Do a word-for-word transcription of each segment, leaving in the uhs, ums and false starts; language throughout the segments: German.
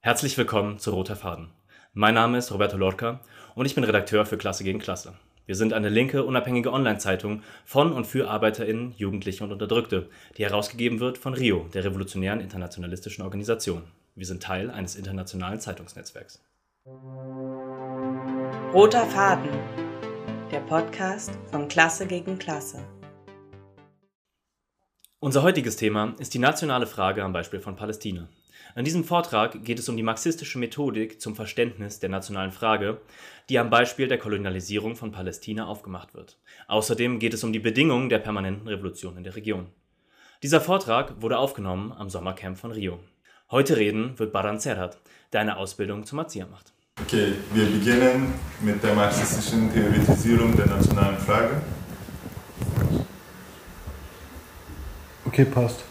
Herzlich willkommen zu Roter Faden. Mein Name ist Roberto Lorca und ich bin Redakteur für Klasse gegen Klasse. Wir sind eine linke, unabhängige Online-Zeitung von und für ArbeiterInnen, Jugendliche und Unterdrückte, die herausgegeben wird von R I O, der Revolutionären Internationalistischen Organisation. Wir sind Teil eines internationalen Zeitungsnetzwerks. Roter Faden, der Podcast von Klasse gegen Klasse. Unser heutiges Thema ist die nationale Frage am Beispiel von Palästina. In diesem Vortrag geht es um die marxistische Methodik zum Verständnis der nationalen Frage, die am Beispiel der Kolonialisierung von Palästina aufgemacht wird. Außerdem geht es um die Bedingungen der permanenten Revolution in der Region. Dieser Vortrag wurde aufgenommen am Sommercamp von R I O. Heute reden wird Baran Serhat, der eine Ausbildung zum Erzieher macht. Okay, wir beginnen mit der marxistischen Theoretisierung der nationalen Frage. Okay, passt.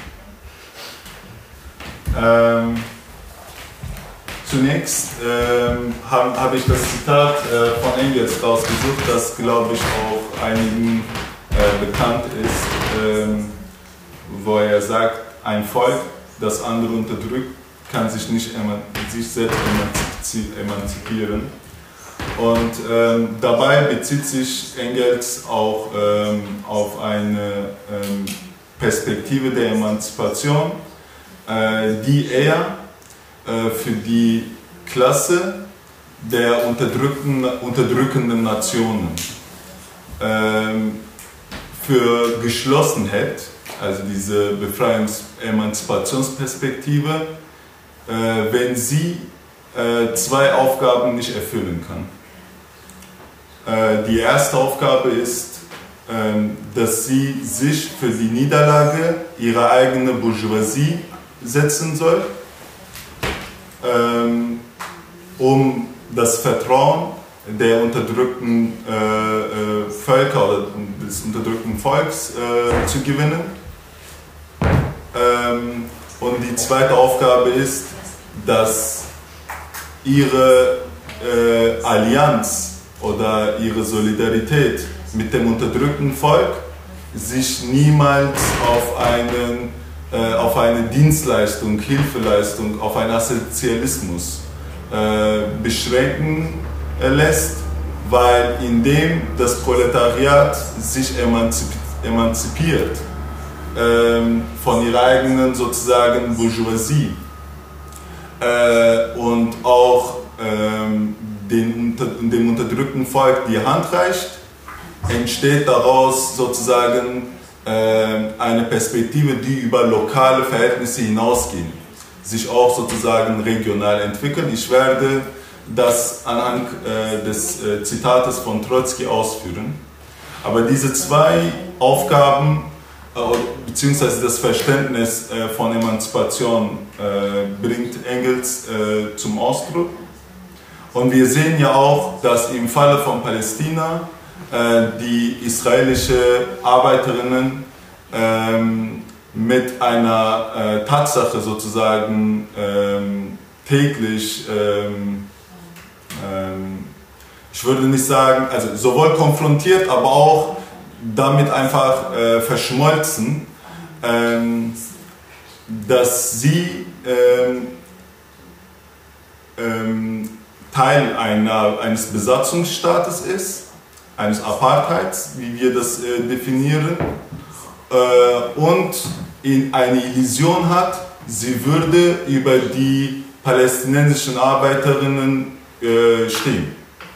Ähm, zunächst ähm, habe hab ich das Zitat äh, von Engels rausgesucht, das glaube ich auch einigen äh, bekannt ist, ähm, wo er sagt, ein Volk, das andere unterdrückt, kann sich nicht eman sich selbst emanzipieren. Und ähm, dabei bezieht sich Engels auch ähm, auf eine ähm, Perspektive der Emanzipation, die er äh, für die Klasse der unterdrückten, unterdrückenden Nationen ähm, für geschlossen hält, also diese Befreiungs-Emanzipationsperspektive, äh, wenn sie äh, zwei Aufgaben nicht erfüllen kann. Äh, die erste Aufgabe ist, äh, dass sie sich für die Niederlage ihrer eigenen Bourgeoisie setzen soll, ähm, um das Vertrauen der unterdrückten äh, äh, Völker oder des unterdrückten Volks äh, zu gewinnen. Ähm, und die zweite Aufgabe ist, dass ihre äh, Allianz oder ihre Solidarität mit dem unterdrückten Volk sich niemals auf einen auf eine Dienstleistung, Hilfeleistung, auf einen Asozialismus äh, beschränken äh, lässt, weil indem das Proletariat sich emanzip emanzipiert äh, von ihrer eigenen sozusagen Bourgeoisie äh, und auch äh, den, dem unterdrückten Volk die Hand reicht, entsteht daraus sozusagen eine Perspektive, die über lokale Verhältnisse hinausgehen, sich auch sozusagen regional entwickeln. Ich werde das anhand des Zitates von Trotzki ausführen. Aber diese zwei Aufgaben beziehungsweise das Verständnis von Emanzipation bringt Engels zum Ausdruck. Und wir sehen ja auch, dass im Falle von Palästina die israelische Arbeiterinnen ähm, mit einer äh, Tatsache sozusagen ähm, täglich, ähm, ähm, ich würde nicht sagen, also sowohl konfrontiert, aber auch damit einfach äh, verschmolzen, ähm, dass sie ähm, ähm, Teil einer, eines Besatzungsstaates ist, eines Apartheids, wie wir das äh, definieren, äh, und in eine Illusion hat, sie würde über die palästinensischen Arbeiterinnen äh, stehen.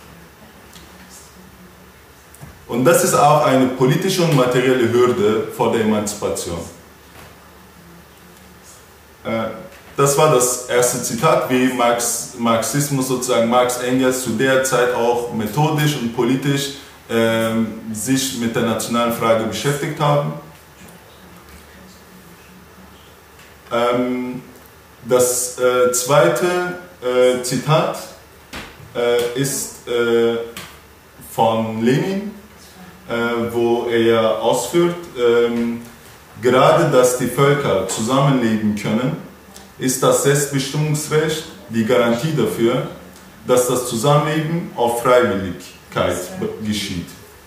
Und das ist auch eine politische und materielle Hürde vor der Emanzipation. Äh, das war das erste Zitat, wie Marx, Marxismus sozusagen, Marx Engels zu der Zeit auch methodisch und politisch sich mit der nationalen Frage beschäftigt haben. Das zweite Zitat ist von Lenin, wo er ausführt, gerade dass die Völker zusammenleben können, ist das Selbstbestimmungsrecht die Garantie dafür, dass das Zusammenleben auf Freiwilligkeit geschieht.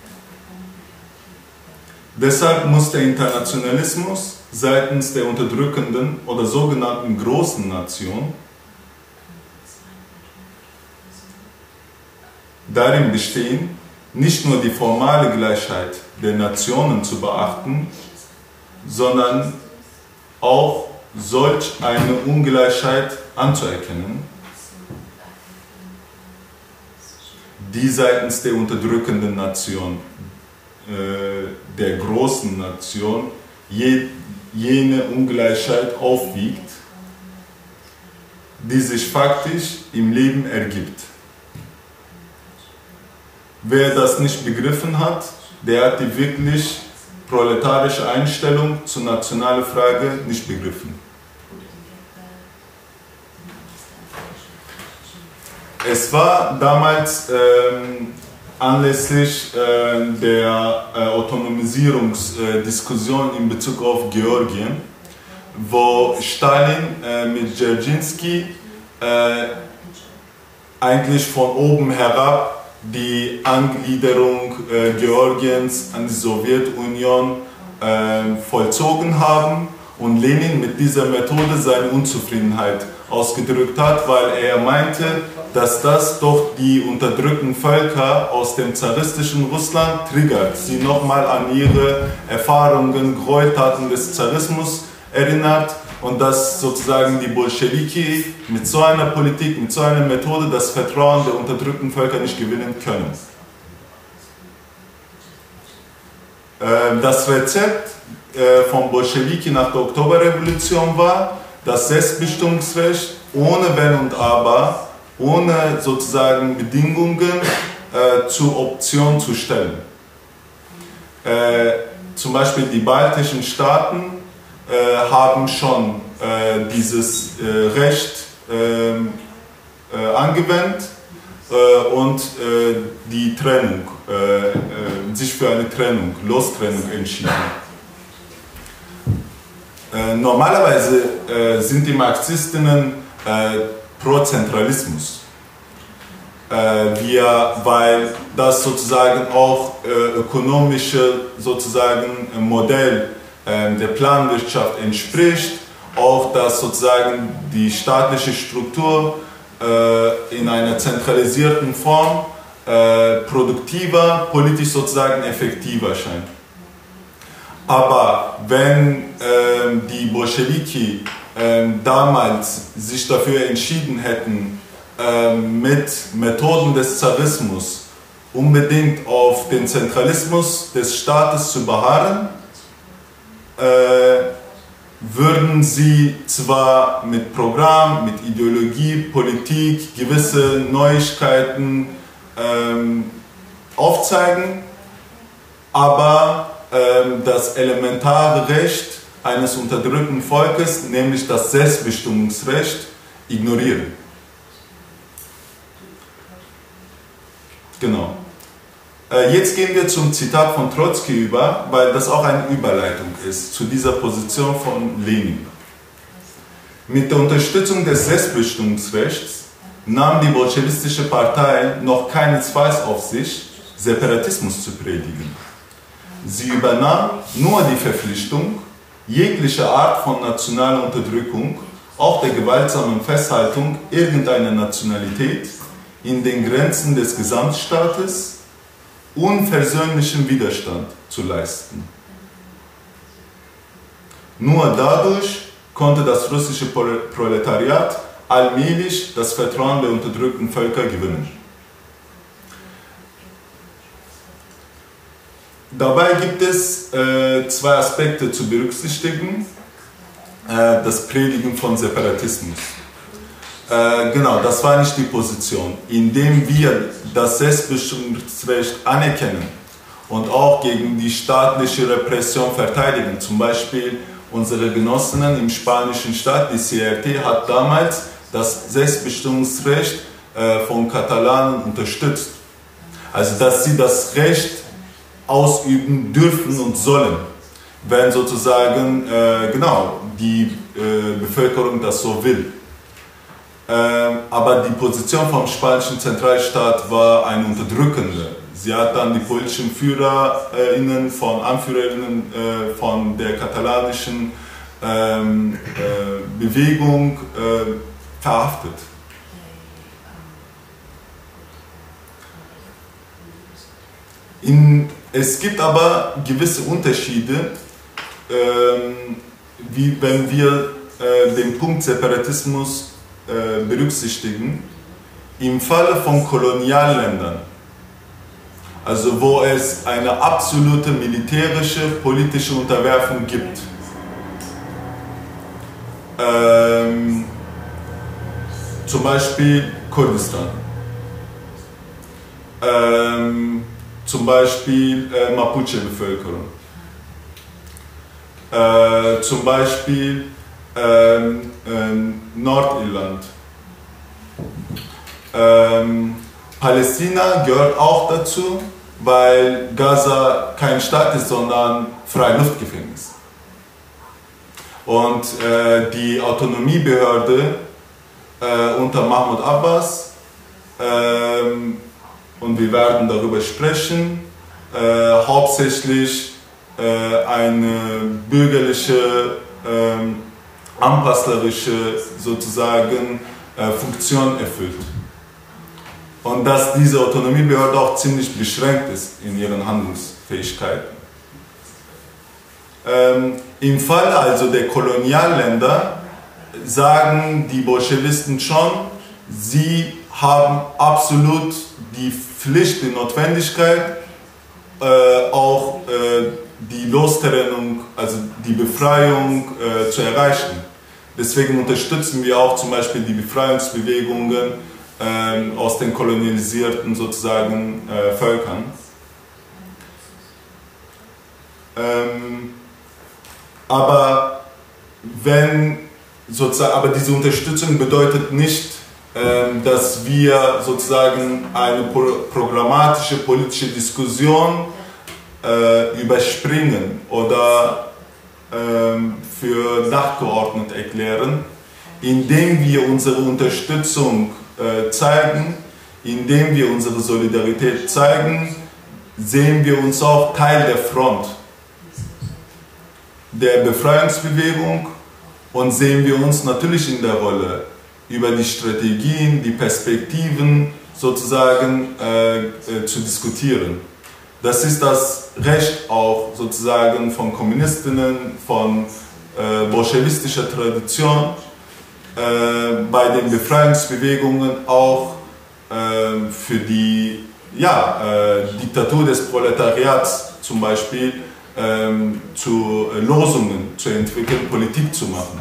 Deshalb muss der Internationalismus seitens der unterdrückenden oder sogenannten großen Nation darin bestehen, nicht nur die formale Gleichheit der Nationen zu beachten, sondern auch solch eine Ungleichheit anzuerkennen, die seitens der unterdrückenden Nation, äh, der großen Nation, je, jene Ungleichheit aufwiegt, die sich faktisch im Leben ergibt. Wer das nicht begriffen hat, der hat die wirklich proletarische Einstellung zur nationalen Frage nicht begriffen. Es war damals ähm, anlässlich äh, der äh, Autonomisierungsdiskussion äh, in Bezug auf Georgien, wo Stalin äh, mit Dzerzhinsky äh, eigentlich von oben herab die Angliederung äh, Georgiens an die Sowjetunion äh, vollzogen haben und Lenin mit dieser Methode seine Unzufriedenheit ausgedrückt hat, weil er meinte, dass das doch die unterdrückten Völker aus dem zaristischen Russland triggert, sie nochmal an ihre Erfahrungen, Gräueltaten des Zarismus erinnert und dass sozusagen die Bolschewiki mit so einer Politik, mit so einer Methode das Vertrauen der unterdrückten Völker nicht gewinnen können. Das Rezept von Bolschewiki nach der Oktoberrevolution war, das Selbstbestimmungsrecht ohne Wenn und Aber, ohne sozusagen Bedingungen äh, zur Option zu stellen. Äh, zum Beispiel die baltischen Staaten äh, haben schon äh, dieses äh, Recht äh, äh, angewendet äh, und äh, die Trennung, äh, äh, sich für eine Trennung, Lostrennung entschieden. Äh, normalerweise äh, sind die Marxistinnen äh, pro Zentralismus, äh, wir, weil das sozusagen auch äh, ökonomische sozusagen Modell äh, der Planwirtschaft entspricht, auch dass sozusagen die staatliche Struktur äh, in einer zentralisierten Form äh, produktiver, politisch sozusagen effektiver scheint. Aber wenn äh, die Bolschewiki äh, damals sich dafür entschieden hätten, äh, mit Methoden des Zarismus unbedingt auf den Zentralismus des Staates zu beharren, äh, würden sie zwar mit Programm, mit Ideologie, Politik gewisse Neuigkeiten äh, aufzeigen, aber das elementare Recht eines unterdrückten Volkes, nämlich das Selbstbestimmungsrecht, ignorieren. Genau. Jetzt gehen wir zum Zitat von Trotzki über, weil das auch eine Überleitung ist zu dieser Position von Lenin. Mit der Unterstützung des Selbstbestimmungsrechts nahm die bolschewistische Partei noch keinesfalls auf sich, Separatismus zu predigen. Sie übernahm nur die Verpflichtung, jegliche Art von nationaler Unterdrückung, auch der gewaltsamen Festhaltung irgendeiner Nationalität in den Grenzen des Gesamtstaates unversöhnlichen Widerstand zu leisten. Nur dadurch konnte das russische Proletariat allmählich das Vertrauen der unterdrückten Völker gewinnen. Dabei gibt es äh, zwei Aspekte zu berücksichtigen. Äh, das Predigen von Separatismus. Äh, genau, das war nicht die Position. Indem wir das Selbstbestimmungsrecht anerkennen und auch gegen die staatliche Repression verteidigen, zum Beispiel unsere Genossinnen im spanischen Staat, die C R T, hat damals das Selbstbestimmungsrecht äh, von Katalanen unterstützt. Also, dass sie das Recht ausüben dürfen und sollen, wenn sozusagen äh, genau die äh, Bevölkerung das so will. Äh, aber die Position vom spanischen Zentralstaat war eine unterdrückende. Sie hat dann die politischen FührerInnen von AnführerInnen äh, von der katalanischen ähm, äh, Bewegung äh, verhaftet. In, es gibt aber gewisse Unterschiede, ähm, wie wenn wir äh, den Punkt Separatismus äh, berücksichtigen. Im Falle von Kolonialländern, also wo es eine absolute militärische, politische Unterwerfung gibt, ähm, zum Beispiel Kurdistan, ähm, zum Beispiel äh, Mapuche-Bevölkerung, äh, zum Beispiel ähm, ähm, Nordirland. Ähm, Palästina gehört auch dazu, weil Gaza kein Staat ist, sondern Freiluftgefängnis. Und äh, die Autonomiebehörde äh, unter Mahmoud Abbas, ähm, und wir werden darüber sprechen, äh, hauptsächlich äh, eine bürgerliche, äh, anpasslerische sozusagen äh, Funktion erfüllt. Und dass diese Autonomiebehörde auch ziemlich beschränkt ist in ihren Handlungsfähigkeiten. Ähm, Im Fall also der Kolonialländer sagen die Bolschewisten schon, sie haben absolut die Pflicht, die Notwendigkeit, äh, auch äh, die Lostrennung, also die Befreiung äh, zu erreichen. Deswegen unterstützen wir auch zum Beispiel die Befreiungsbewegungen äh, aus den kolonialisierten sozusagen äh, Völkern. Ähm, aber wenn sozusagen, aber diese Unterstützung bedeutet nicht, ähm, dass wir sozusagen eine programmatische politische Diskussion äh, überspringen oder ähm, für nachgeordnet erklären, indem wir unsere Unterstützung äh, zeigen, indem wir unsere Solidarität zeigen, sehen wir uns auch Teil der Front der Befreiungsbewegung und sehen wir uns natürlich in der Rolle, über die Strategien, die Perspektiven sozusagen äh, äh, zu diskutieren. Das ist das Recht auch sozusagen von Kommunistinnen, von äh, bolschewistischer Tradition, äh, bei den Befreiungsbewegungen auch äh, für die ja, äh, Diktatur des Proletariats zum Beispiel ähm, zu äh, Losungen zu entwickeln, Politik zu machen.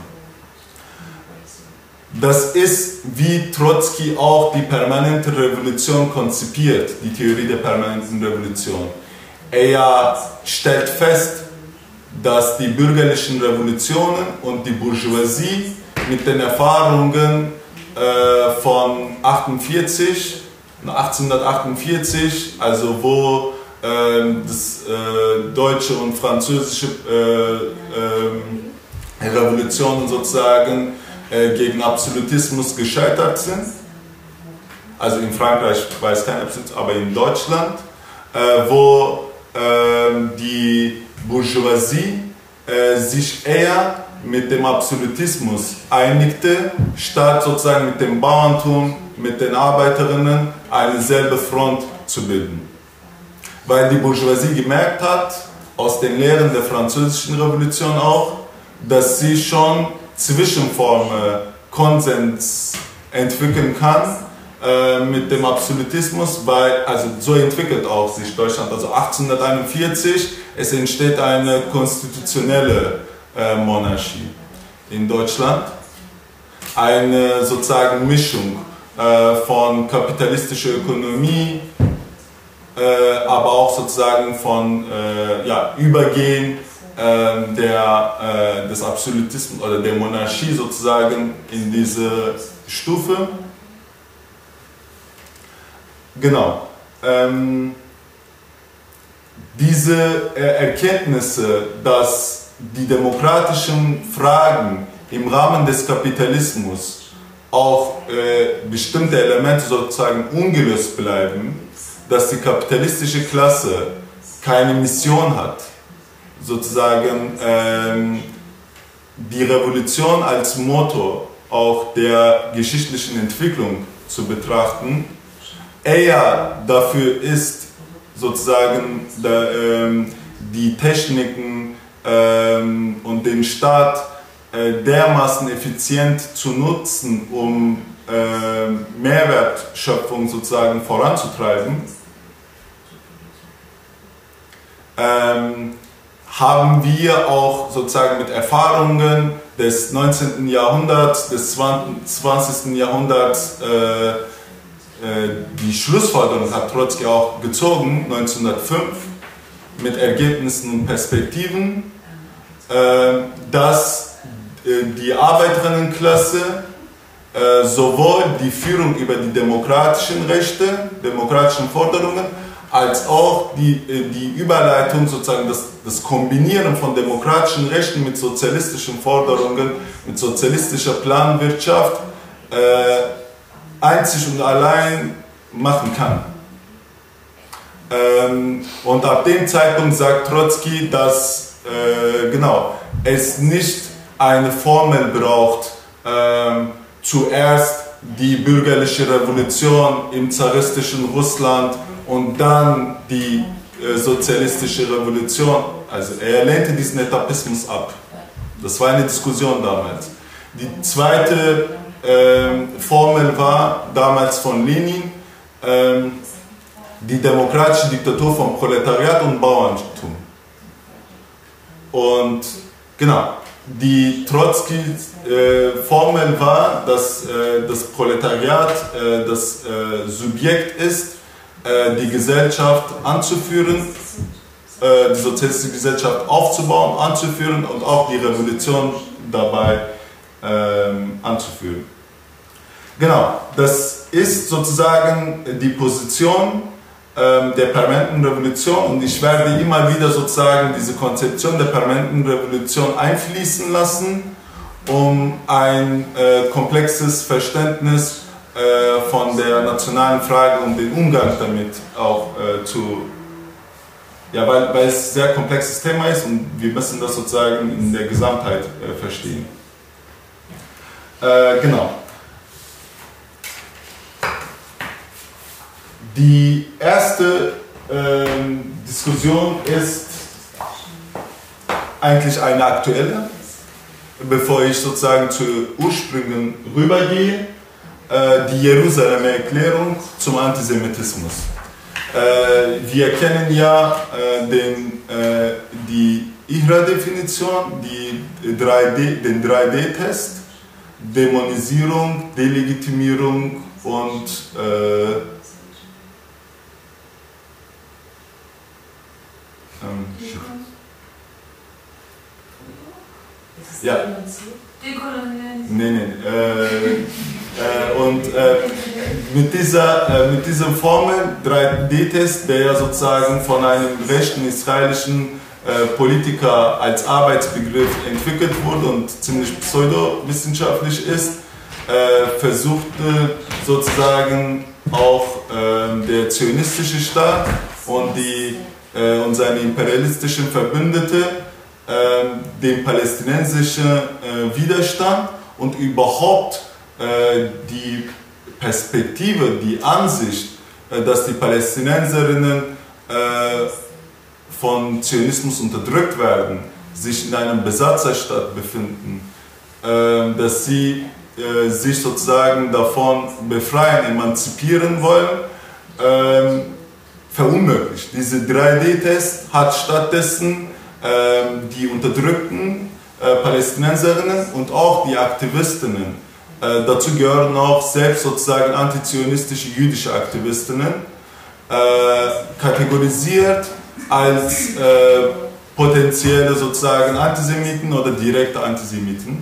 Das ist, wie Trotzki auch die permanente Revolution konzipiert, die Theorie der permanenten Revolution. Er stellt fest, dass die bürgerlichen Revolutionen und die Bourgeoisie mit den Erfahrungen äh, von achtundvierzig, achtzehnhundertachtundvierzig, also wo äh, das äh, deutsche und französische äh, äh, Revolutionen sozusagen gegen Absolutismus gescheitert sind, also in Frankreich weiß kein Absolutismus, aber in Deutschland, äh, wo äh, die Bourgeoisie äh, sich eher mit dem Absolutismus einigte, statt sozusagen mit dem Bauerntum, mit den Arbeiterinnen eine selbe Front zu bilden. Weil die Bourgeoisie gemerkt hat, aus den Lehren der französischen Revolution auch, dass sie schon Zwischenformen Konsens entwickeln kann äh, mit dem Absolutismus, weil, also so entwickelt auch sich Deutschland, also achtzehnhunderteinundvierzig, es entsteht eine konstitutionelle äh, Monarchie in Deutschland, eine sozusagen Mischung äh, von kapitalistischer Ökonomie, äh, aber auch sozusagen von äh, ja, Übergehen Der, äh, des Absolutismus oder der Monarchie sozusagen in diese Stufe. Genau. Ähm, diese äh, Erkenntnisse, dass die demokratischen Fragen im Rahmen des Kapitalismus auch äh, bestimmte Elemente sozusagen ungelöst bleiben, dass die kapitalistische Klasse keine Mission hat, sozusagen ähm, die Revolution als Motor auch der geschichtlichen Entwicklung zu betrachten, eher dafür ist, sozusagen der, ähm, die Techniken ähm, und den Staat äh, dermaßen effizient zu nutzen, um äh, Mehrwertschöpfung sozusagen voranzutreiben, ähm, haben wir auch sozusagen mit Erfahrungen des neunzehnten Jahrhunderts, des zwanzigsten Jahrhunderts äh, äh, die Schlussfolgerung hat Trotzki auch gezogen, neunzehnhundertfünf, mit Ergebnissen und Perspektiven, äh, dass äh, die Arbeiterinnenklasse äh, sowohl die Führung über die demokratischen Rechte, demokratischen Forderungen, als auch die, die Überleitung, sozusagen das, das Kombinieren von demokratischen Rechten mit sozialistischen Forderungen, mit sozialistischer Planwirtschaft äh, einzig und allein machen kann. Ähm, und ab dem Zeitpunkt sagt Trotzki, dass äh, genau, es nicht eine Formel braucht, äh, zuerst die bürgerliche Revolution im zaristischen Russland und dann die äh, sozialistische Revolution. Also er lehnte diesen Etapismus ab. Das war eine Diskussion damals. Die zweite äh, Formel war damals von Lenin, äh, die demokratische Diktatur von Proletariat und Bauerntum. Und genau, die Trotzki-Formel äh, war, dass äh, das Proletariat äh, das äh, Subjekt ist, die Gesellschaft anzuführen, die sozialistische Gesellschaft aufzubauen, anzuführen und auch die Revolution dabei ähm, anzuführen. Genau, das ist sozusagen die Position ähm, der permanenten Revolution und ich werde immer wieder sozusagen diese Konzeption der permanenten Revolution einfließen lassen, um ein äh, komplexes Verständnis von der nationalen Frage und den Umgang damit auch äh, zu, ja, weil, weil es ein sehr komplexes Thema ist und wir müssen das sozusagen in der Gesamtheit äh, verstehen. Äh, genau. Die erste äh, Diskussion ist eigentlich eine aktuelle, bevor ich sozusagen zu Ursprüngen rübergehe. Die Jerusalemer Erklärung zum Antisemitismus. Wir kennen ja den, die I H R A-Definition, den drei D Test, Dämonisierung, Delegitimierung und äh, ähm, ja. Nee, nee. Äh, äh, und äh, mit, dieser, äh, mit dieser Formel, drei D Test, der ja sozusagen von einem rechten israelischen äh, Politiker als Arbeitsbegriff entwickelt wurde und ziemlich pseudowissenschaftlich ist, äh, versuchte sozusagen auch äh, der zionistische Staat und, die, äh, und seine imperialistischen Verbündete äh, den palästinensischen äh, Widerstand und überhaupt äh, die Perspektive, die Ansicht, äh, dass die Palästinenserinnen äh, von Zionismus unterdrückt werden, sich in einem Besatzerstaat befinden, äh, dass sie äh, sich sozusagen davon befreien, emanzipieren wollen, äh, verunmöglicht. Diese drei D Test hat stattdessen äh, die unterdrückten äh, Palästinenserinnen und auch die Aktivistinnen, äh, dazu gehören auch selbst sozusagen antizionistische jüdische Aktivistinnen, äh, kategorisiert als äh, potenzielle sozusagen Antisemiten oder direkte Antisemiten.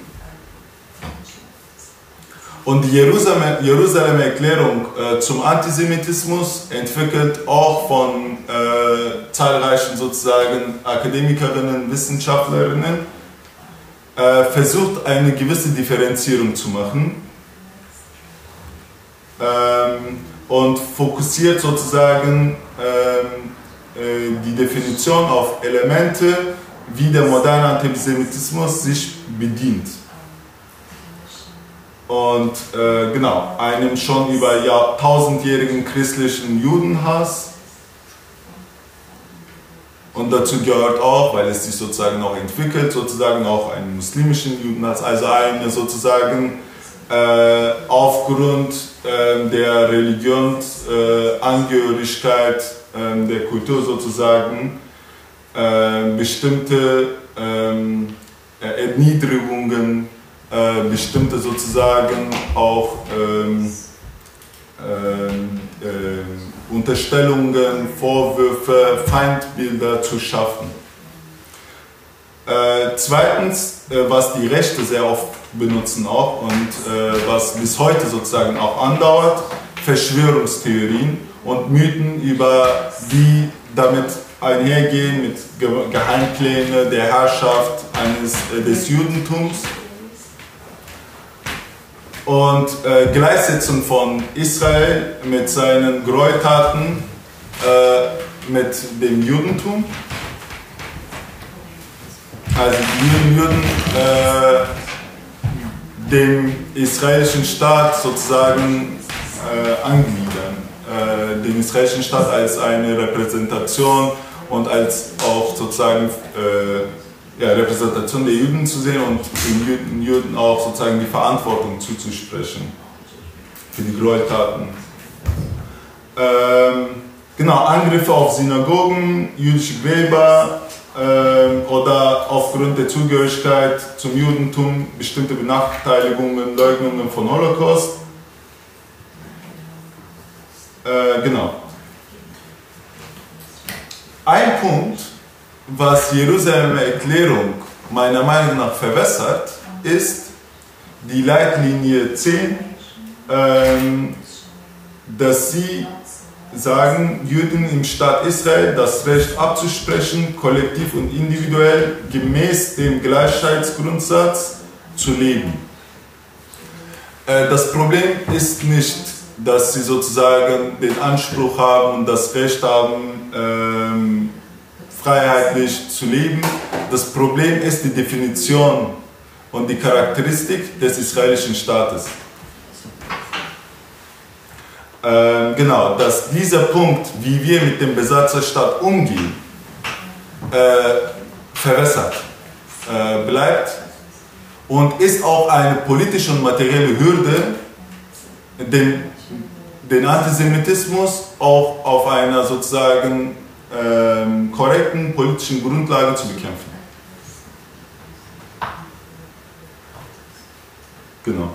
Und die Jerusalemer, Jerusalemer Erklärung äh, zum Antisemitismus, entwickelt auch von äh, zahlreichen sozusagen Akademikerinnen, Wissenschaftlerinnen, äh, versucht eine gewisse Differenzierung zu machen ähm, und fokussiert sozusagen ähm, äh, die Definition auf Elemente, wie der moderne Antisemitismus sich bedient. Und äh, genau, einem schon über jahrtausendjährigen christlichen Judenhass, Und dazu gehört auch, weil es sich sozusagen auch entwickelt, sozusagen auch einen muslimischen Judenhass, also eine sozusagen äh, aufgrund äh, der Religionsangehörigkeit, äh, der Kultur sozusagen, äh, bestimmte äh, Erniedrigungen, äh, bestimmte sozusagen auch ähm, ähm, äh, Unterstellungen, Vorwürfe, Feindbilder zu schaffen. Äh, zweitens, äh, was die Rechte sehr oft benutzen auch und äh, was bis heute sozusagen auch andauert, Verschwörungstheorien und Mythen, über die damit einhergehen mit Ge Geheimplänen der Herrschaft eines, äh, des Judentums. Und äh, Gleichsetzung von Israel mit seinen Gräueltaten äh, mit dem Judentum. Also die Juden würden äh, dem israelischen Staat sozusagen äh, angliedern. Äh, den israelischen Staat als eine Repräsentation und als auch sozusagen äh, ja, Repräsentation der Juden zu sehen und den Juden, Juden auch sozusagen die Verantwortung zuzusprechen für die Gräueltaten. Ähm, genau, Angriffe auf Synagogen, jüdische Gräber ähm, oder aufgrund der Zugehörigkeit zum Judentum bestimmte Benachteiligungen, Leugnungen von Holocaust. Äh, genau. Ein Punkt, was Jerusalemer Erklärung meiner Meinung nach verwässert, ist die Leitlinie zehn, ähm, dass sie sagen, Juden im Staat Israel das Recht abzusprechen, kollektiv und individuell gemäß dem Gleichheitsgrundsatz zu leben. Äh, das Problem ist nicht, dass sie sozusagen den Anspruch haben und das Recht haben, ähm, freiheitlich zu leben. Das Problem ist die Definition und die Charakteristik des israelischen Staates. Ähm, genau, dass dieser Punkt, wie wir mit dem Besatzerstaat umgehen, äh, verwässert äh, bleibt und ist auch eine politische und materielle Hürde, den, den Antisemitismus auch auf einer sozusagen Ähm, korrekten politischen Grundlage zu bekämpfen. Genau.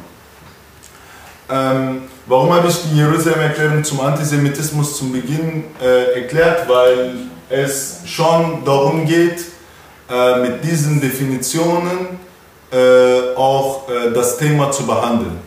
Ähm, warum habe ich die Jerusalemer Erklärung zum Antisemitismus zum Beginn äh, erklärt? Weil es schon darum geht, äh, mit diesen Definitionen äh, auch äh, das Thema zu behandeln.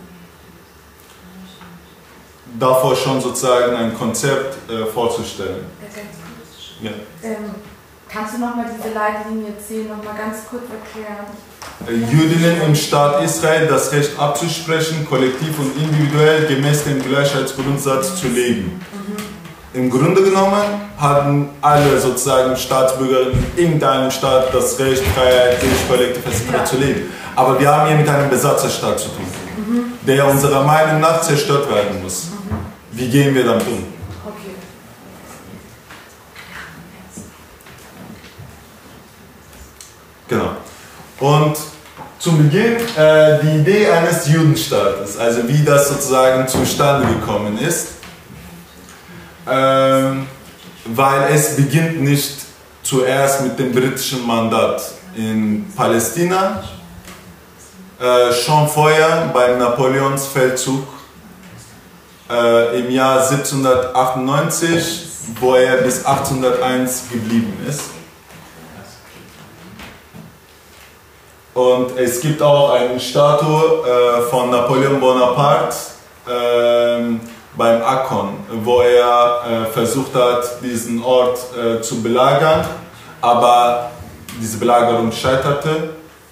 Davor schon sozusagen ein Konzept äh, vorzustellen. Ja. Ähm, kannst du nochmal diese Leitlinie zehn nochmal ganz kurz erklären? Jüdinnen im Staat Israel das Recht abzusprechen, kollektiv und individuell gemäß dem Gleichheitsgrundsatz zu leben. Mhm. Im Grunde genommen haben alle sozusagen Staatsbürgerinnen in deinem Staat das Recht, freiheitlich, kollektiv ja. zu leben. Aber wir haben hier mit einem Besatzerstaat zu tun, mhm. der unserer Meinung nach zerstört werden muss. Mhm. Wie gehen wir damit um? Genau. Und zum Beginn äh, die Idee eines Judenstaates, also wie das sozusagen zustande gekommen ist, ähm, weil es beginnt nicht zuerst mit dem britischen Mandat in Palästina, äh, schon vorher beim Napoleonsfeldzug äh, im Jahr siebzehnhundertachtundneunzig, wo er bis achtzehnhunderteins geblieben ist. Und es gibt auch eine Statue äh, von Napoleon Bonaparte äh, beim Akkon, wo er äh, versucht hat, diesen Ort äh, zu belagern, aber diese Belagerung scheiterte.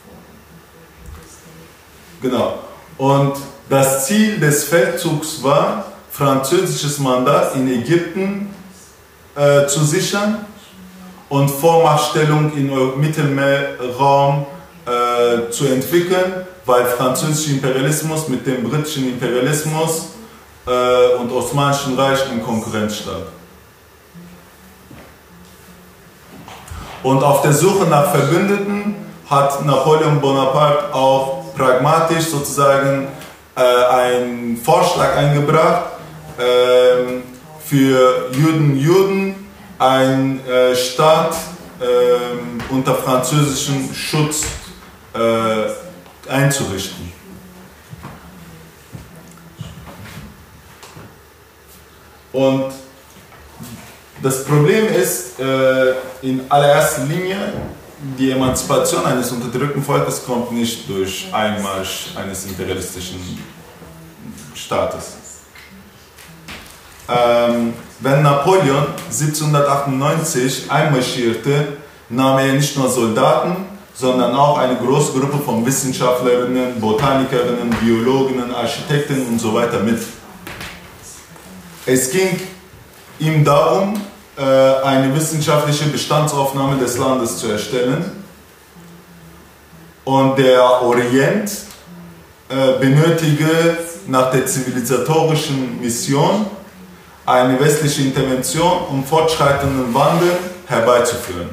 Genau. Und das Ziel des Feldzugs war, französisches Mandat in Ägypten äh, zu sichern und Vormachtstellung im Mittelmeerraum Äh, zu entwickeln, weil französischer Imperialismus mit dem britischen Imperialismus äh, und Osmanischen Reich in Konkurrenz stand. Und auf der Suche nach Verbündeten hat Napoleon Bonaparte auch pragmatisch sozusagen äh, einen Vorschlag eingebracht, äh, für Juden Juden einen äh, Staat äh, unter französischem Schutz äh, einzurichten. Und das Problem ist, äh, in allererster Linie, die Emanzipation eines unterdrückten Volkes kommt nicht durch Einmarsch eines imperialistischen Staates. Ähm, wenn Napoleon siebzehnhundertachtundneunzig einmarschierte, nahm er nicht nur Soldaten, sondern auch eine große Gruppe von Wissenschaftlerinnen, Botanikerinnen, Biologinnen, Architekten und so weiter mit. Es ging ihm darum, eine wissenschaftliche Bestandsaufnahme des Landes zu erstellen. Und der Orient benötige nach der zivilisatorischen Mission eine westliche Intervention, um fortschreitenden Wandel herbeizuführen.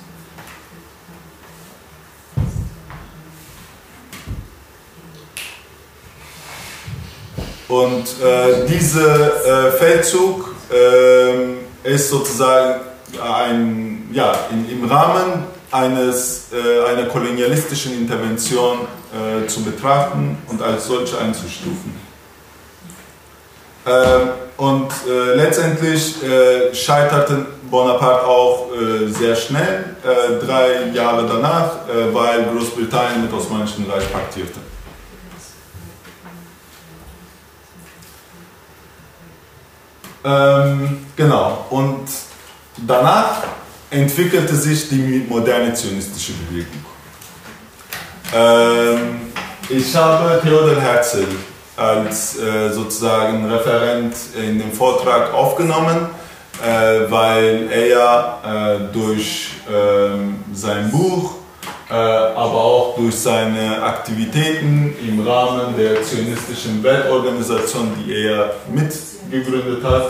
Und äh, dieser äh, Feldzug äh, ist sozusagen ein, ja, in, im Rahmen eines, äh, einer kolonialistischen Intervention äh, zu betrachten und als solche einzustufen. Äh, und äh, letztendlich äh, scheiterte Bonaparte auch äh, sehr schnell, äh, drei Jahre danach, äh, weil Großbritannien mit dem Osmanischen Reich paktierte. Ähm, genau, und danach entwickelte sich die moderne zionistische Bewegung. Ähm, ich habe Theodor Herzl als äh, sozusagen Referent in den Vortrag aufgenommen, äh, weil er ja äh, durch äh, sein Buch, äh, aber auch durch seine Aktivitäten im Rahmen der zionistischen Weltorganisation, die er mitgegründet hat,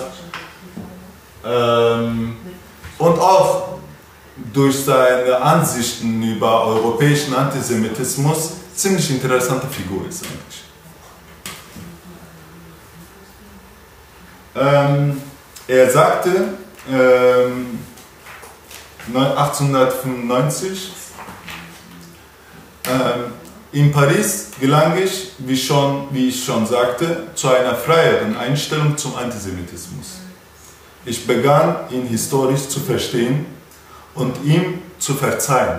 ähm, und auch durch seine Ansichten über europäischen Antisemitismus ziemlich interessante Figur ist eigentlich. Ähm, er sagte ähm, achtzehnhundertfünfundneunzig, ähm, in Paris gelang ich, wie, schon, wie ich schon sagte, zu einer freieren Einstellung zum Antisemitismus. Ich begann, ihn historisch zu verstehen und ihm zu verzeihen.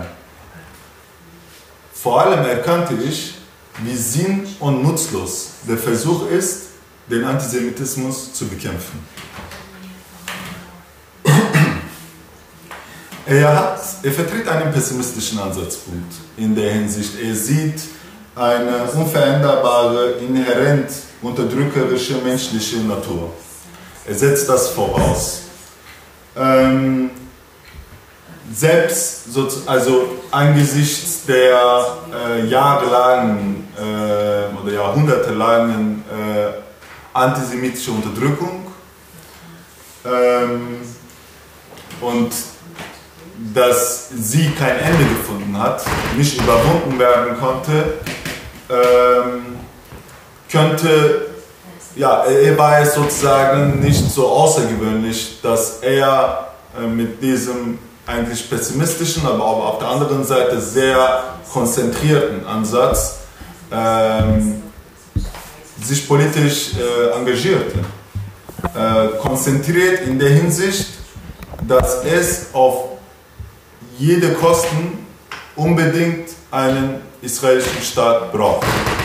Vor allem erkannte ich, wie sinn- und nutzlos der Versuch ist, den Antisemitismus zu bekämpfen. Er, hat, er vertritt einen pessimistischen Ansatzpunkt in der Hinsicht. Er sieht eine unveränderbare, inhärent unterdrückerische menschliche Natur. Er setzt das voraus. Ähm, selbst so, also angesichts der äh, jahrelangen äh, oder jahrhundertelangen äh, antisemitische Unterdrückung ähm, und dass sie kein Ende gefunden hat, nicht überwunden werden konnte, ähm, könnte, ja, er war es sozusagen nicht so außergewöhnlich, dass er äh, mit diesem eigentlich pessimistischen, aber auch auf der anderen Seite sehr konzentrierten Ansatz ähm, sich politisch äh, engagierte. Äh, konzentriert in der Hinsicht, dass es auf jede Kosten unbedingt einen israelischen Staat braucht.